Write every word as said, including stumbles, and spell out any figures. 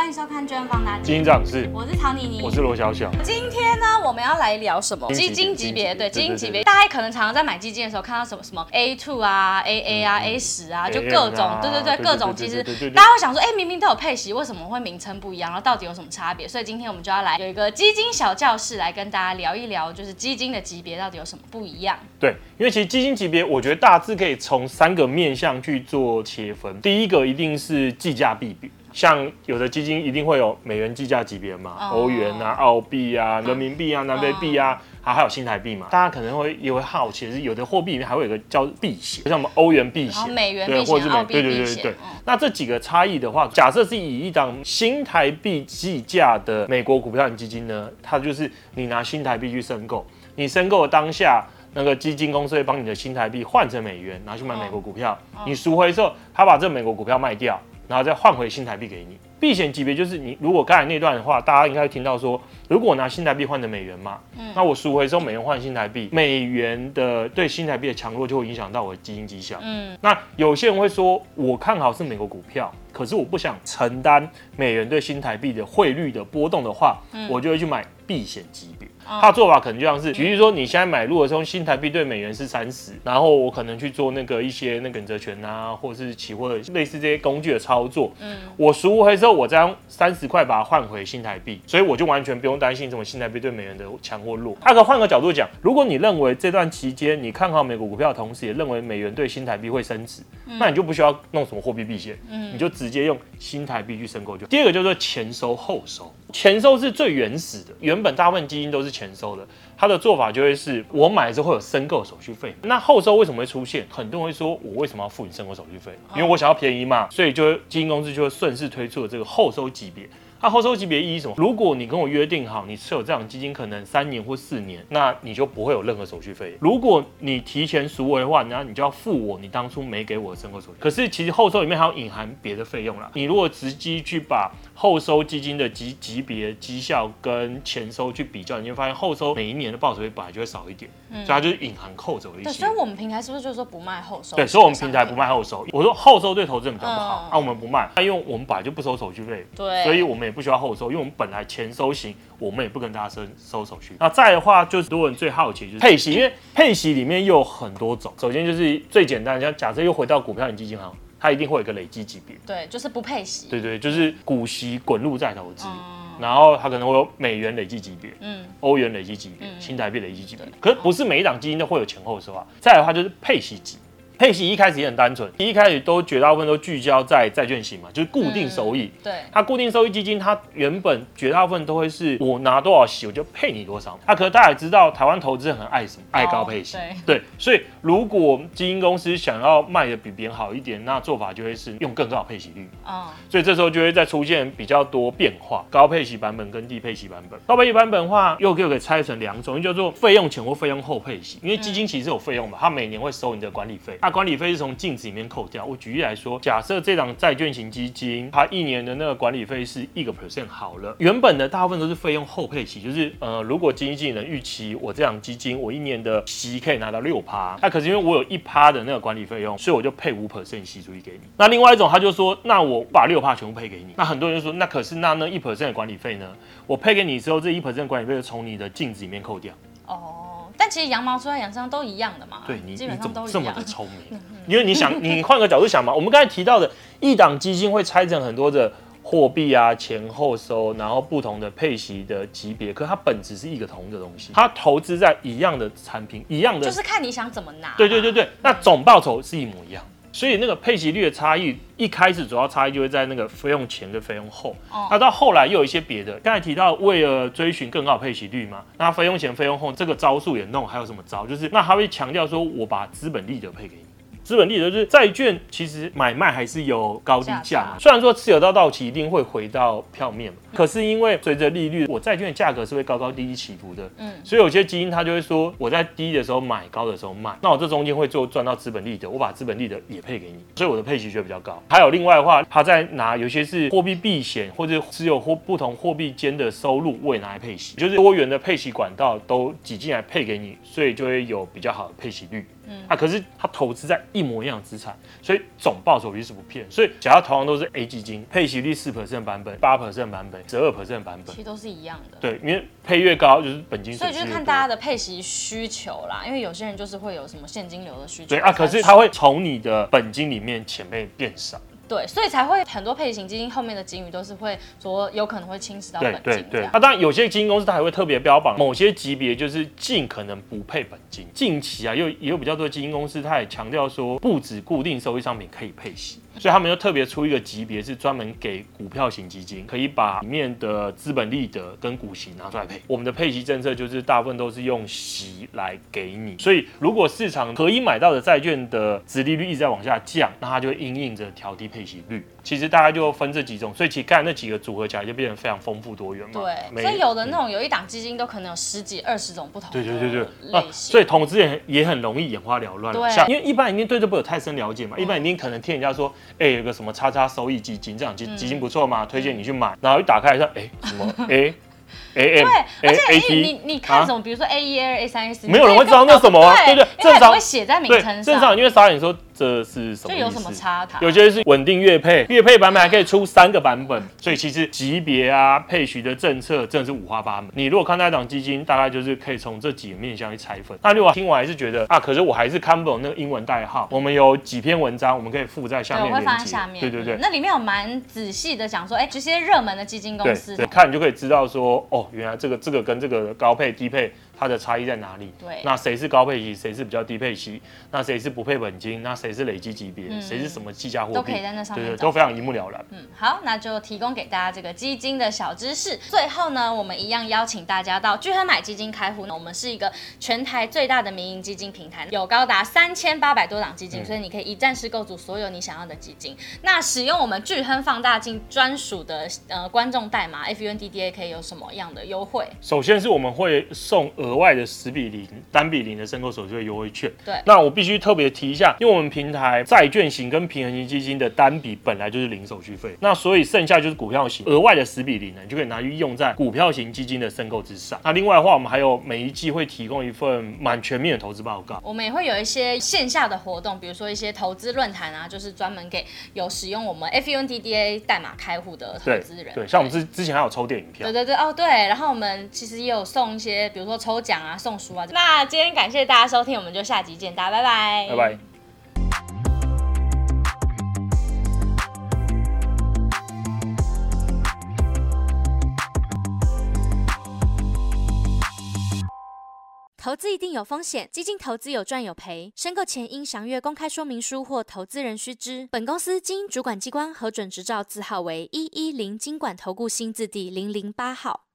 迎收看《捐放大基金长是， 我是曹妮妮， 我是罗小小。 今天呢，我们要来聊什么？基金级别，对，基金级别，大家可能常常在买基金的时候看到什么什么 A 二 啊、A A 啊、A 十啊，就各种，对对对，各种。其实大家会想说，哎，明明都有配息，为什么会名称不一样？然后到底有什么差别？所以今天我们就要来有一个基金小教室，来跟大家聊一聊，就是基金的级别到底有什么不一样。 对，因为其实基金级别，我觉得大致可以从三个面向去做切分。第一个一定是计价币别。像有的基金一定会有美元计价级别嘛，欧、oh. 元啊、澳币啊、人民币啊、南非币啊，还、oh. 还有新台币嘛。大家可能会也会好奇，是有的货币里面还会有一个叫避险，像我们欧元避险、 美元避险、澳币避险。对对对对。 嗯、那这几个差异的话，假设是以一档新台币计价的美国股票型基金呢，它就是你拿新台币去申购，你申购的当下。那个基金公司会帮你的新台币换成美元，拿去买美国股票。Oh. Oh. 你赎回之后，他把这个美国股票卖掉，然后再换回新台币给你。避险级别就是你如果刚才那段的话，大家应该会听到说，如果我拿新台币换成美元嘛，嗯、那我赎回之后美元换新台币，美元的对新台币的强弱就会影响到我的基金绩效。嗯，那有些人会说，我看好是美国股票，可是我不想承担美元对新台币的汇率的波动的话，嗯、我就会去买避险级别。他的做法可能就像是，比如说你现在买入的时候，新台币对美元是三十，然后我可能去做那个一些那个选择权啊，或者是期货的类似这些工具的操作。嗯，我赎回之后，我再用三十块把它换回新台币，所以我就完全不用担心什么新台币对美元的强或弱。那可换个角度讲，如果你认为这段期间你看好美国股票的同时，也认为美元对新台币会升值，嗯、那你就不需要弄什么货币避险，嗯、你就直接用新台币去申购就。第二个叫做前收后收，前收是最原始的，原本大部分基金都是前收的，它的做法就会是我买之后会有申购手续费。那后收为什么会出现？很多人会说，我为什么要付你申购手续费？因为我想要便宜嘛，所以就基金公司就会顺势推出了这个后收级别。它后收级别意义什么？如果你跟我约定好，你持有这档基金可能三年或四年，那你就不会有任何手续费。如果你提前赎回的话，然后你就要付我你当初没给我的申购手续费。可是其实后收里面还有隐含别的费用啦。你如果直接去把后收基金的级级别绩效跟前收去比较，你会发现后收每一年的报酬率本来就会少一点，嗯、所以它就是隐含扣走的一些。 对，所以我们平台是不是就是说不卖后收？ 对，所以我们平台不卖后收。我说后收对投资人比较不好，嗯、啊，我们不卖，因为我们本来就不收手续费，对，所以我们也不需要后收，因为我们本来前收型，我们也不跟大家收收手续。那再的话，就是很多人最好奇就是配息，因为配息里面又有很多种。首先就是最简单，像假设又回到股票型基金行。它一定会有一个累积级别， 对，就是不配息， 对对，就是股息滚入再投资，嗯、然后它可能会有美元累积级别，嗯，欧元累积级别，嗯、新台币累积级别，可是不是每一档基金都会有前后收啊。再来的话就是配息级。配息一开始也很单纯，一开始都绝大部分都聚焦在债券型嘛，就是固定收益。嗯、对，它固定收益基金，它原本绝大部分都会是我拿多少息我就配你多少。啊，可是大家也知道，台湾投资人很爱什么？爱高配息。哦、对, 对，所以如果基金公司想要卖的比别人好一点，那做法就会是用更高的配息率。哦，所以这时候就会再出现比较多变化，高配息版本跟低配息版本。高配息版本的话，又又可以拆成两种，一叫做费用前或费用后配息。因为基金其实有费用嘛，它每年会收你的管理费。那管理费是从净值里面扣掉。我举例来说，假设这档债券型基金，它一年的那个管理费是一个 percent 好了，原本的大部分都是费用后配息，就是呃，如果基金经理人预期我这档基金我一年的息可以拿到六趴，那可是因为我有一趴的那个管理费用，所以我就配五 percent 息出去给你。那另外一种他就说，那我把六趴全部配给你。那很多人就说，那可是那那一 percent 的管理费呢？我配给你之后，这一 percent 管理费就从你的净值里面扣掉。哦。 但其实羊毛出在羊身上都一样的嘛， 对，你基本上都一样。 你怎么这么的聪明？因为你想，你换个角度想嘛，我们刚才提到的一档基金会拆成很多的货币啊，前后收，然后不同的配息的级别，可它本质是一个同的东西，它投资在一样的产品，一样的， 就是看你想怎么拿。 对对对对，那总报酬是一模一样。所以那个配息率的差异，一开始主要差异就会在那个费用前跟费用后。哦、那到后来又有一些别的，刚才提到为了追寻更高的配息率嘛，那费用前、费用后这个招数也弄，还有什么招？就是那他会强调说，我把资本利得配给你。资本利得就是债券，其实买卖还是有高低价嘛。虽然说持有到到期一定会回到票面嘛，可是因为随着利率，我债券的价格是会高高低低起伏的。嗯，所以有些基金它就会说，我在低的时候买，高的时候卖，那我这中间会做赚到资本利得，我把资本利得也配给你，所以我的配息就会比较高。还有另外的话，他在拿有些是货币避险或者持有或不同货币间的收入，我也拿来配息，就是多元的配息管道都挤进来配给你，所以就会有比较好的配息率。 嗯啊，可是它投资在一模一样的资产，所以总报酬率是不骗。所以假如同样都是 A 基金，配息率四 percent 版本、八 percent 版本、十二 percent 版本， 其实都是一样的。 对，因为配越高就是本金损失越多， 所以就是看大家的配息需求啦，因为有些人就是会有什么现金流的需求。 对啊，可是它会从你的本金里面钱被变少。 对，所以才会很多配型基金后面的金鱼都是会说有可能会侵蚀到本金。 对对对，那、啊、当然有些基金公司它还会特别标榜某些级别就是尽可能不配本金。近期啊，又也有比较多的基金公司，它也强调说不止固定收益商品可以配息，所以他们又特别出一个级别是专门给股票型基金，可以把里面的资本利得跟股息拿出来配。我们的配息政策就是大部分都是用息来给你，所以如果市场可以买到的债券的殖利率一直在往下降，那它就会因应着调低配息率。其实大概就分这几种，所以其实刚才那几个组合起来就变得非常丰富多元嘛。 对，所以有的那种有一档基金都可能有十几、二十种不同的类型。对对对对，啊， 所以投资人也很容易眼花缭乱。对，像因为一般一定对这不有太深了解嘛，一般一定可能听人家说，哎、欸，有个什么叉叉收益基金，这样基基金不错嘛，推荐你去买，然后一打开一下，哎、欸，什么哎。欸A M 对，而且你你你看什么，比如说 A 一 A 二 A 三 A 四， 没有人会知道那什么啊，对对， 正常会写在名称上， 正常因为傻眼说这是什么意思， 就有什么差它， 有些是稳定月配，月配版本还可以出三个版本，所以其实级别啊、配息的政策真的是五花八门。你如果看那档基金，大概就是可以从这几个面向去拆分。那如果听完还是觉得啊，可是我还是看不懂那个英文代号，我们有几篇文章，我们可以附在下面， 对，我会放在下面， 对对对， 嗯、那里面有蛮仔细的讲说，哎，这些热门的基金公司， 对，对看你就可以知道说，哦，原来这个这个跟这个高配低配它的差异在哪里？ 对， 那谁是高配息，谁是比较低配息？那谁是不配本金？那谁是累积级别？谁、嗯、是什么计价货币？ 都可以在那上面对对，都非常一目了然。 嗯，好，那就提供给大家这个基金的小知识。最后呢，我们一样邀请大家到钜亨买基金开户。我们是一个全台最大的民营基金平台，有高达三千八百多档基金、嗯，所以你可以一站式购足所有你想要的基金。那使用我们钜亨放大镜专属的呃观众代码 F U N D D A 可以有什么样的优惠？ 首先是我们会送额外的十比零、单比零的申购手续费优惠券。 对， 那我必须特别提一下，因为我们平台债券型跟平衡型基金的单笔本来就是零手续费，那所以剩下就是股票型额外的十比零呢，你就可以拿去用在股票型基金的申购之上。那另外的话，我们还有每一季会提供一份蛮全面的投资报告。 我们也会有一些线下的活动，比如说一些投资论坛啊，就是专门给有使用我们 F U N D D A 代码开户的投资人。 对，对像我们之之前还有抽电影票。 对对对，哦对，然后我们其实也有送一些，比如说抽奖啊、送书啊。那今天感谢大家收听，我们就下集见，大家拜拜， 拜拜。 投资一定有风险，基金投资有赚有赔，申购前应详阅公开说明书或投资人须知。本公司经主管机关核准执照字号为一一零金管投顾新字第零零八号。